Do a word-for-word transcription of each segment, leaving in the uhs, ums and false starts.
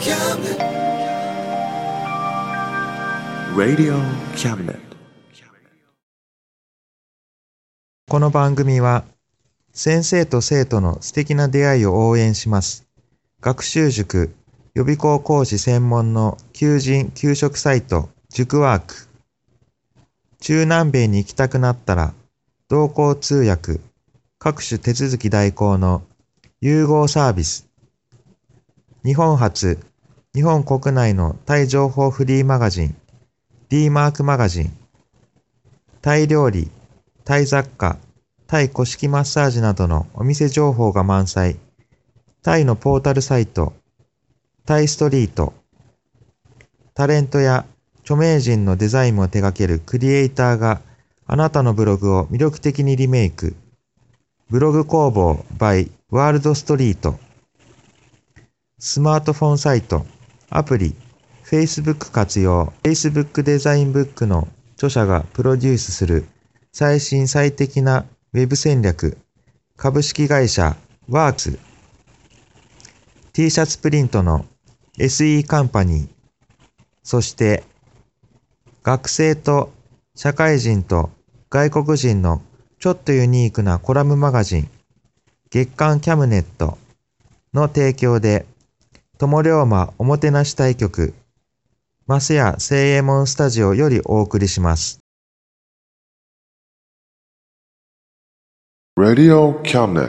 Radio Cabinet。 この番組は先生と生徒の素敵な出会いを応援します。学習塾予備校講師専門の求人・給食サイト塾ワーク。中南米に行きたくなったら同行通訳、各種手続き代行の融合サービス。日本初、日本国内のタイ情報フリーマガジン D マークマガジン。タイ料理、タイ雑貨、タイ古式マッサージなどのお店情報が満載。タイのポータルサイト、タイストリート。タレントや著名人のデザインも手掛けるクリエイターがあなたのブログを魅力的にリメイク。ブログ工房 by ワールドストリート。スマートフォンサイト、アプリ、Facebook 活用。Facebook デザインブックの著者がプロデュースする最新最適なウェブ戦略。株式会社ワークス。T シャツプリントの エスイー カンパニー。そして学生と社会人と外国人のちょっとユニークなコラムマガジン月刊キャムネットの提供で友龍馬おもてなし対局増屋清右衛門スタジオよりお送りします。 Radio Cabinet。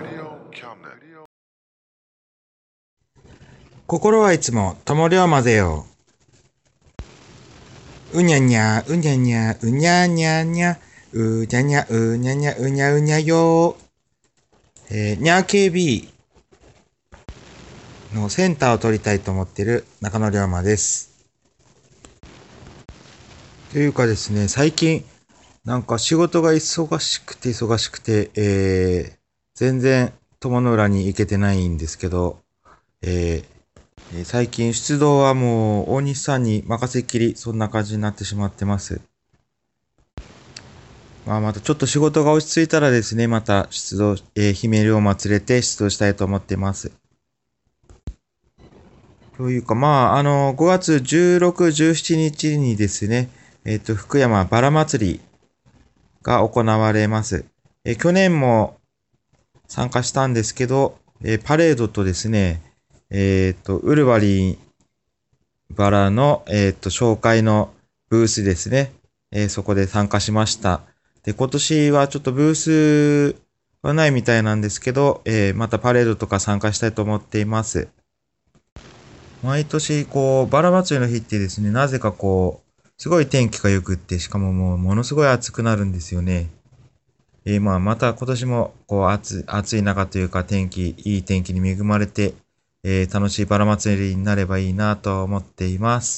心はいつも友龍馬ぜよ。うにゃにゃうにゃにゃうにゃにゃにゃうにゃにゃうにゃにゃうにゃうにゃよ。えー、にゃー ケービー のセンターを取りたいと思っている中野龍馬です。というかですね、最近なんか仕事が忙しくて忙しくて、えー、全然友の浦に行けてないんですけど、えー、最近出動はもう大西さんに任せっきり、そんな感じになってしまってます。まあ、またちょっと仕事が落ち着いたらですね、また出動、えー、姫龍馬連れて出動したいと思っています。というか、まあ、あの、ごがつじゅうろく、じゅうしちにちにですね、えっと、福山バラ祭りが行われます。えー、去年も参加したんですけど、えー、パレードとですね、えっと、ウルヴァリンバラの、えっと、紹介のブースですね、えー、そこで参加しました。で、今年はちょっとブースはないみたいなんですけど、えー、またパレードとか参加したいと思っています。毎年、こう、バラ祭りの日ってですね、なぜかこう、すごい天気が良くって、しかももう、ものすごい暑くなるんですよね。えー、まあ、また今年も、こう、暑、暑い中というか、天気、いい天気に恵まれて、えー、楽しいバラ祭りになればいいなと思っています。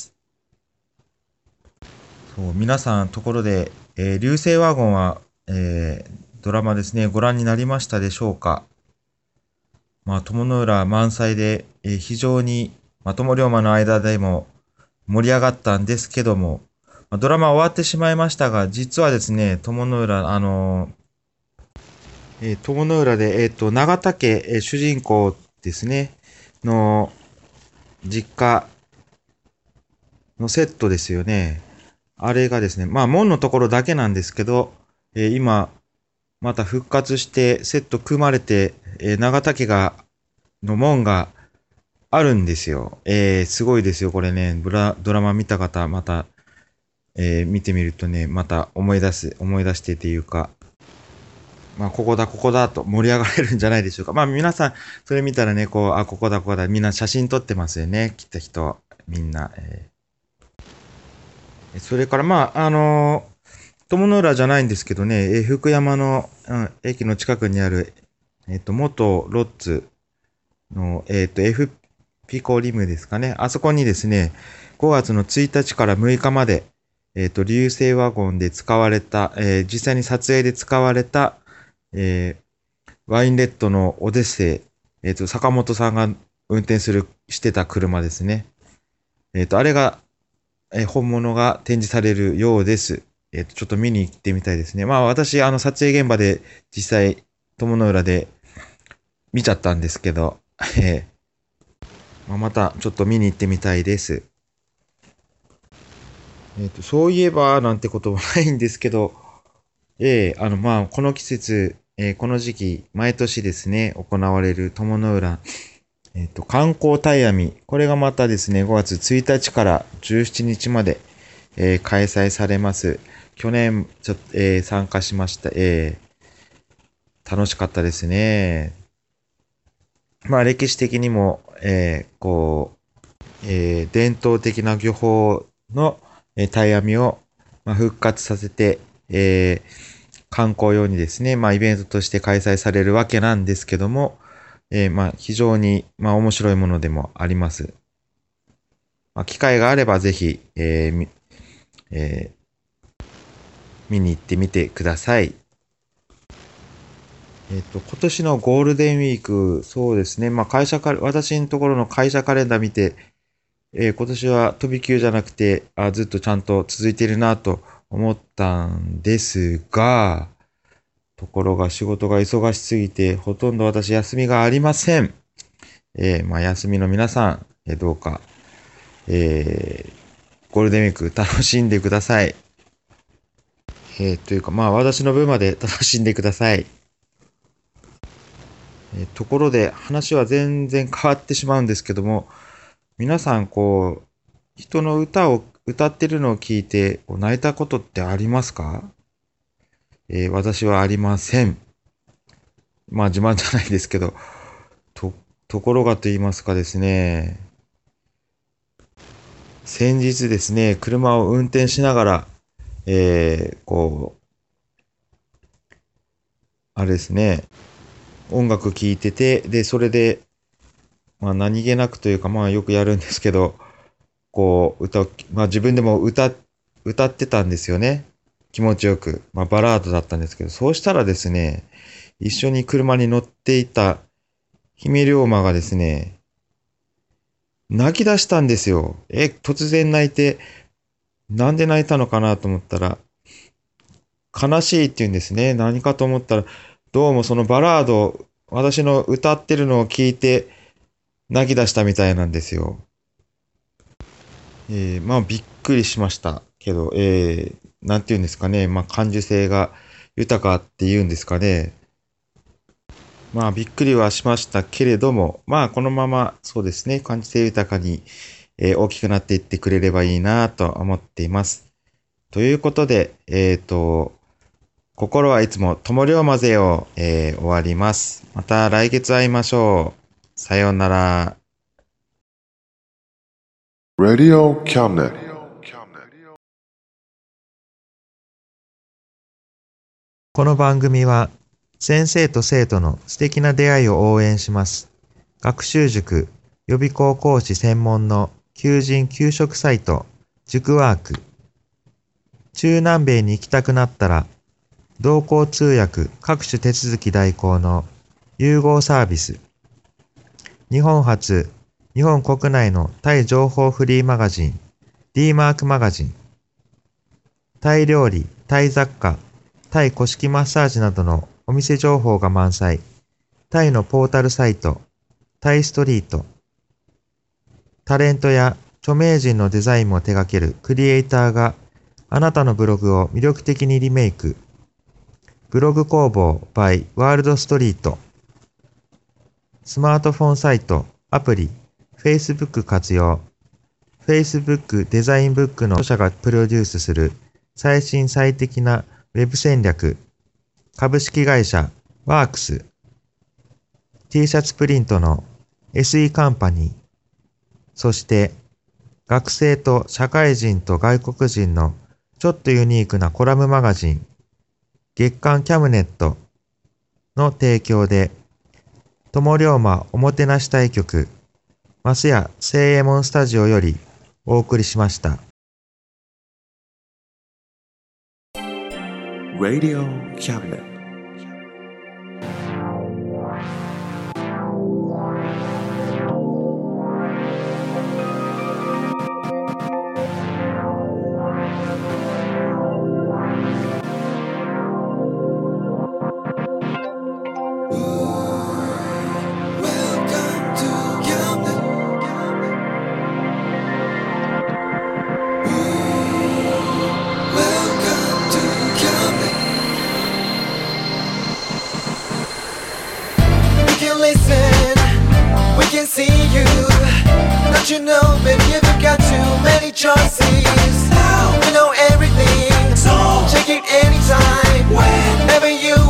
そう、皆さん、ところで、えー、流星ワゴンは、えー、ドラマですね、ご覧になりましたでしょうか。まあ、友の浦満載で、えー、非常に、まあ、友龍馬の間でも盛り上がったんですけども、まあ、ドラマ終わってしまいましたが、実はですね、友の浦、あのー、えー、友の浦で、えっと、永田家、えー、主人公ですね、の、実家のセットですよね。あれがですね、まあ、門のところだけなんですけど、えー、今、また復活してセット組まれて、えー、長田家が、の門があるんですよ。えー、すごいですよ、これね。ブラ、ドラマ見た方、また、えー、見てみるとね、また思い出す、思い出してっていうか、まあ、ここだ、ここだと盛り上がれるんじゃないでしょうか。まあ、皆さん、それ見たらね、こう、あ、ここだ、ここだ、みんな写真撮ってますよね。来た人、みんな。えー、それから、まあ、あのー友の浦じゃないんですけどね、えー、福山の、うん、駅の近くにある、えっと、元ロッツの、えっと、F ピコリムですかね。あそこにですね、ごがつのついたちからむいかまで、えっと、流星ワゴンで使われた、えー、実際に撮影で使われた、えー、ワインレッドのオデッセイ、えっと、坂本さんが運転する、してた車ですね。えっと、あれが、えー、本物が展示されるようです。えっと、ちょっと見に行ってみたいですね。まあ、私、あの、撮影現場で実際、友の浦で見ちゃったんですけど、えーまあ、またちょっと見に行ってみたいです。えっと、そういえばなんてこともないんですけど、ええあの、まあ、この季節、えーこの時期、毎年ですね、行われる友の浦、えっと、観光タイヤミ。これがまたですね、ごがつついたちからじゅうしちにちまで、えー開催されます。去年、ちょっと、えー参加しました。えー楽しかったですね。まあ、歴史的にも、えーこう、えー伝統的な漁法の、えー、タイ網を、まあ、復活させて、えー観光用にですね、まあ、イベントとして開催されるわけなんですけども、えーまあ、非常に、まあ、面白いものでもあります。まあ、機会があればぜひ、えーみえー見に行ってみてください。えっと、今年のゴールデンウィーク、そうですね。まあ、会社か、私のところの会社カレンダー見て、えー今年は飛び級じゃなくて、あ、ずっとちゃんと続いているなと思ったんですが、ところが仕事が忙しすぎて、ほとんど私休みがありません。えーまあ、休みの皆さん、えーどうか、えーゴールデンウィーク楽しんでください。えーというか、まあ、私の分まで楽しんでください。えーところで、話は全然変わってしまうんですけども、皆さん、こう、人の歌を歌ってるのを聞いて泣いたことってありますか？えー私はありません。まあ自慢じゃないですけど、と、ところがと言いますかですね、先日ですね、車を運転しながら、えー、こう、あれですね、音楽聴いてて、で、それで、まあ何気なくというか、まあよくやるんですけど、こう、歌を、まあ自分でも歌、歌ってたんですよね。気持ちよく。まあバラードだったんですけど、そうしたらですね、一緒に車に乗っていた姫龍馬がですね、泣き出したんですよ。え、突然泣いて、なんで泣いたのかなと思ったら、悲しいって言うんですね。何かと思ったら、どうもそのバラード、私の歌ってるのを聞いて泣き出したみたいなんですよ。えー、まあびっくりしましたけど、えー、なんて言うんですかね。まあ感受性が豊かって言うんですかね。まあびっくりはしましたけれども、まあこのままそうですね、感受性豊かに、えー大きくなっていってくれればいいなと思っています。ということで、えっと、心はいつも灯を混ぜよう、えー終わります。また来月会いましょう。さようなら。 Radio Cabinet. この番組は先生と生徒の素敵な出会いを応援します。学習塾予備校講師専門の求人・給食サイト塾ワーク。中南米に行きたくなったら同行通訳各種手続き代行の融合サービス。日本初、日本国内のタイ情報フリーマガジン D マークマガジン。タイ料理、タイ雑貨、タイ古式マッサージなどのお店情報が満載。タイのポータルサイト、タイストリート。タレントや著名人のデザインも手掛けるクリエイターがあなたのブログを魅力的にリメイク。ブログ工房 by ワールドストリート。スマートフォンサイト、アプリ、Facebook 活用。Facebook デザインブックの著者がプロデュースする最新最適なウェブ戦略。株式会社ワークス。T シャツプリントの エスイー カンパニー。そして学生と社会人と外国人のちょっとユニークなコラムマガジン月刊キャムネットの提供で友龍馬おもてなし対局マスヤ正右衛門スタジオよりお送りしました。 Radio Cabinet. Welcome to Camden. listen, we can see you. Don't you know, baby, you've got too many choices. Now we know everything, so check it anytime, whenever you